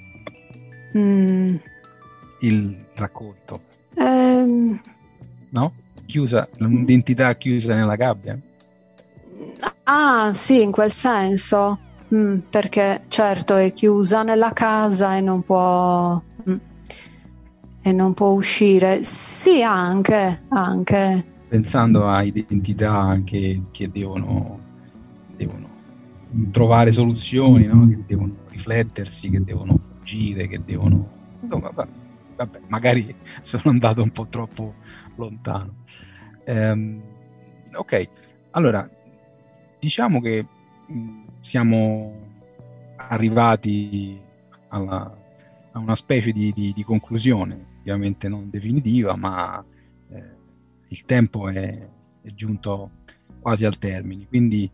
Il racconto, no? Chiusa, un'identità chiusa nella gabbia. Ah, sì, in quel senso, perché certo è chiusa nella casa e non può uscire. Sì, anche. Pensando a identità che devono trovare soluzioni, no? Che devono riflettersi, che devono fuggire, che devono... Insomma, vabbè, magari sono andato un po' troppo lontano. Ok, allora, diciamo che siamo arrivati a una specie di conclusione, ovviamente non definitiva, ma il tempo è giunto quasi al termine, quindi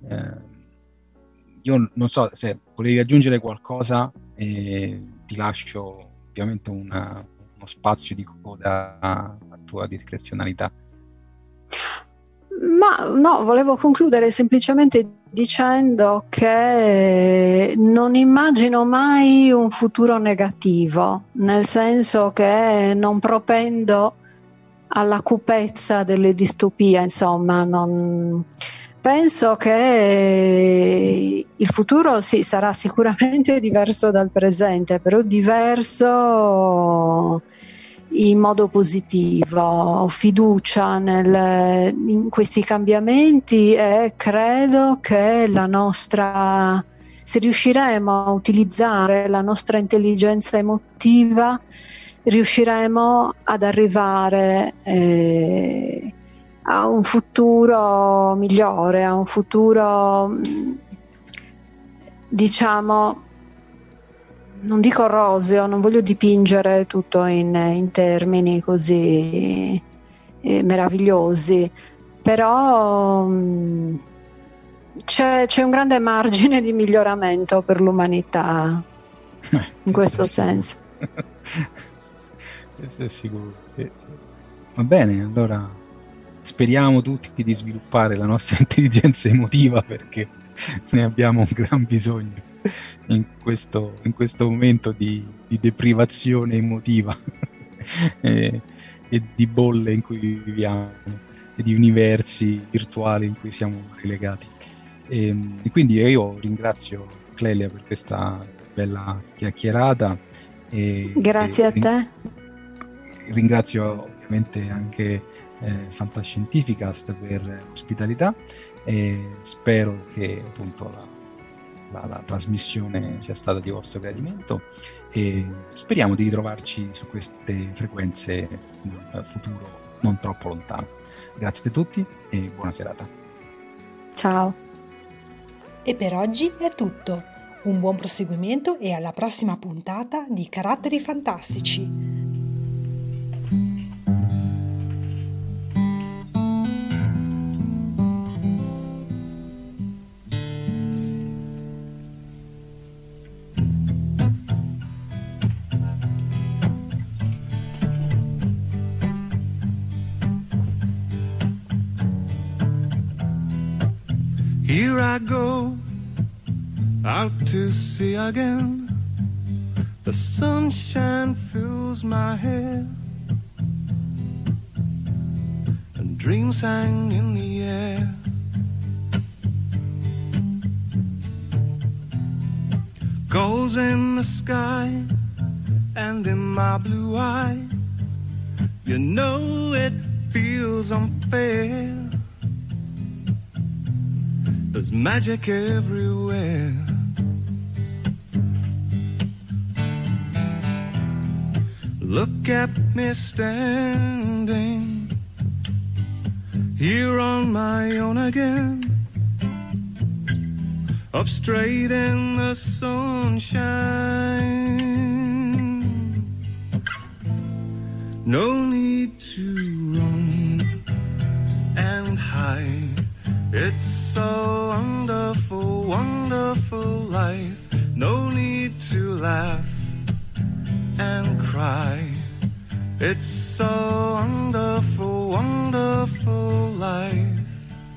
io non so se volevi aggiungere qualcosa, ti lascio ovviamente uno spazio di coda a tua discrezionalità. Ma no, volevo concludere semplicemente dicendo che non immagino mai un futuro negativo, nel senso che non propendo alla cupezza delle distopie, insomma, penso che il futuro sì, sarà sicuramente diverso dal presente, però diverso in modo positivo. Ho fiducia in questi cambiamenti e credo che se riusciremo a utilizzare la nostra intelligenza emotiva, riusciremo ad arrivare a un futuro migliore, a un futuro, diciamo, non dico roseo, non voglio dipingere tutto in termini così meravigliosi, però c'è un grande margine di miglioramento per l'umanità in questo senso. Questo è sicuro, sì. Va bene, allora speriamo tutti di sviluppare la nostra intelligenza emotiva, perché ne abbiamo un gran bisogno in questo momento di deprivazione emotiva e di bolle in cui viviamo e di universi virtuali in cui siamo relegati. E quindi io ringrazio Clelia per questa bella chiacchierata. Grazie a te. Ringrazio ovviamente anche Fantascientificast per l'ospitalità e spero che appunto la trasmissione sia stata di vostro gradimento e speriamo di ritrovarci su queste frequenze in un futuro non troppo lontano. Grazie a tutti e buona serata. Ciao. E per oggi è tutto. Un buon proseguimento e alla prossima puntata di Caratteri Fantastici. Here I go, out to sea again. The sunshine fills my hair, and dreams hang in the air. Gulls in the sky, and in my blue eye, you know it feels unfair. There's magic everywhere. Look at me standing here on my own again, up straight in the sunshine. No need to run and hide. It's so wonderful, wonderful life. No need to laugh and cry. It's so wonderful, wonderful life.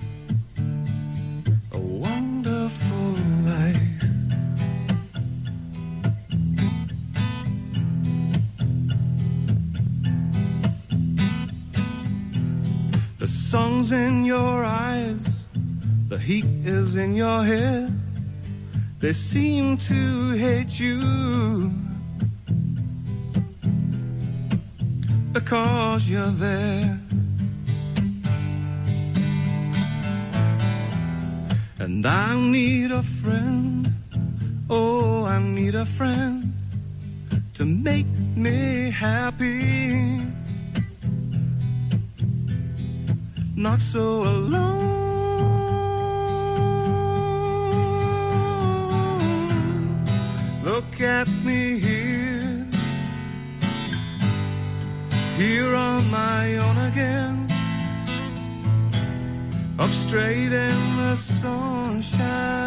A wonderful life. The sun's in your eyes, the heat is in your hair. They seem to hate you because you're there. And I need a friend, oh, I need a friend to make me happy, not so alone. Look at me here on my own again, up straight in the sunshine.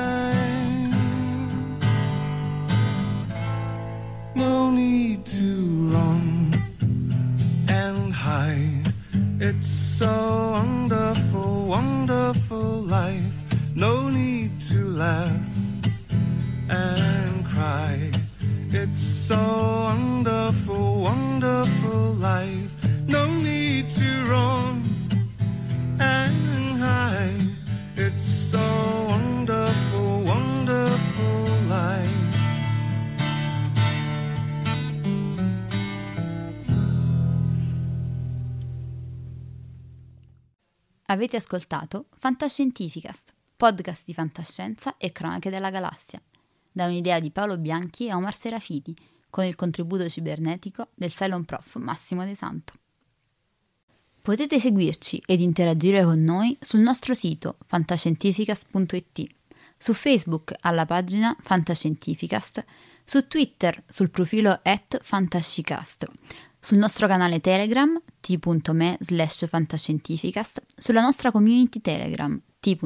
No need to run and hide. It's so wonderful, wonderful life. No need to laugh and cry. It's so wonderful, wonderful life. No need to run and hide. It's so wonderful, wonderful life. Avete ascoltato Fantascientificast, podcast di fantascienza e cronache della galassia, da un'idea di Paolo Bianchi e Omar Serafiti, con il contributo cibernetico del Cylon Prof Massimo De Santo. Potete seguirci ed interagire con noi sul nostro sito fantascientificast.it, su Facebook alla pagina Fantascientificast, su Twitter sul profilo @fantascicast, sul nostro canale Telegram t.me/fantascientificast, sulla nostra community Telegram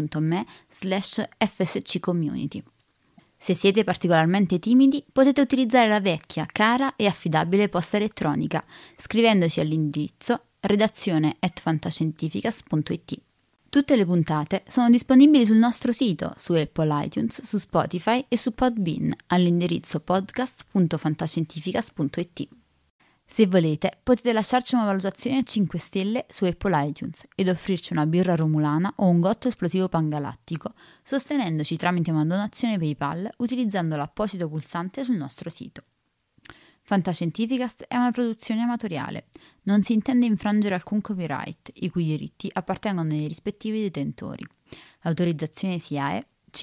t.me/fsccommunity. Se siete particolarmente timidi, potete utilizzare la vecchia, cara e affidabile posta elettronica, scrivendoci all'indirizzo redazione@fantascientificast.it. Tutte le puntate sono disponibili sul nostro sito, su Apple iTunes, su Spotify e su Podbean, all'indirizzo podcast.fantascientificast.it. Se volete, potete lasciarci una valutazione a 5 stelle su Apple iTunes ed offrirci una birra romulana o un gotto esplosivo pangalattico, sostenendoci tramite una donazione PayPal utilizzando l'apposito pulsante sul nostro sito. Fantascientificast è una produzione amatoriale. Non si intende infrangere alcun copyright, i cui diritti appartengono ai rispettivi detentori. L'autorizzazione SIAE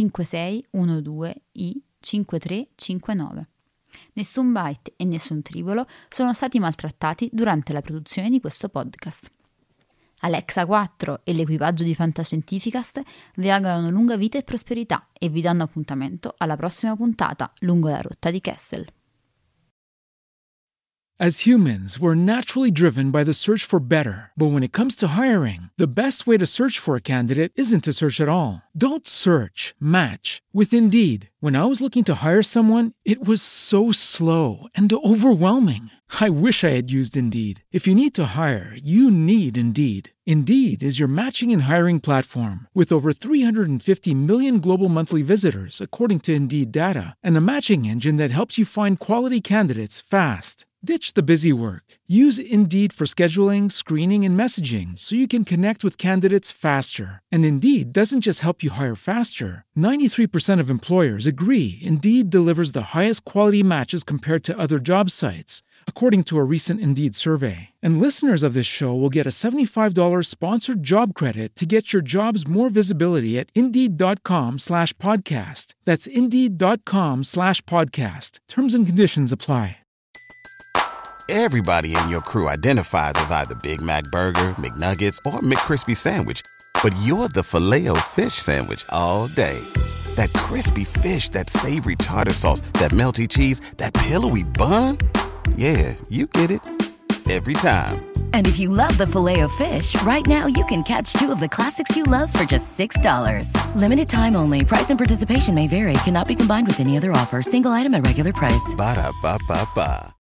5612I5359. Nessun byte e nessun tribolo sono stati maltrattati durante la produzione di questo podcast. Alexa 4 e l'equipaggio di Fantascientificast vi augurano lunga vita e prosperità e vi danno appuntamento alla prossima puntata lungo la rotta di Kessel. As humans, we're naturally driven by the search for better. But when it comes to hiring, the best way to search for a candidate isn't to search at all. Don't search, match with Indeed. When I was looking to hire someone, it was so slow and overwhelming. I wish I had used Indeed. If you need to hire, you need Indeed. Indeed is your matching and hiring platform with over 350 million global monthly visitors, according to Indeed data, and a matching engine that helps you find quality candidates fast. Ditch the busy work. Use Indeed for scheduling, screening, and messaging so you can connect with candidates faster. And Indeed doesn't just help you hire faster. 93% of employers agree Indeed delivers the highest quality matches compared to other job sites, according to a recent Indeed survey. And listeners of this show will get a $75 sponsored job credit to get your jobs more visibility at Indeed.com/podcast. That's Indeed.com/podcast. Terms and conditions apply. Everybody in your crew identifies as either Big Mac Burger, McNuggets, or McCrispy Sandwich. But you're the Filet-O-Fish Sandwich all day. That crispy fish, that savory tartar sauce, that melty cheese, that pillowy bun. Yeah, you get it. Every time. And if you love the Filet-O-Fish, right now you can catch two of the classics you love for just $6. Limited time only. Price and participation may vary. Cannot be combined with any other offer. Single item at regular price. Ba-da-ba-ba-ba.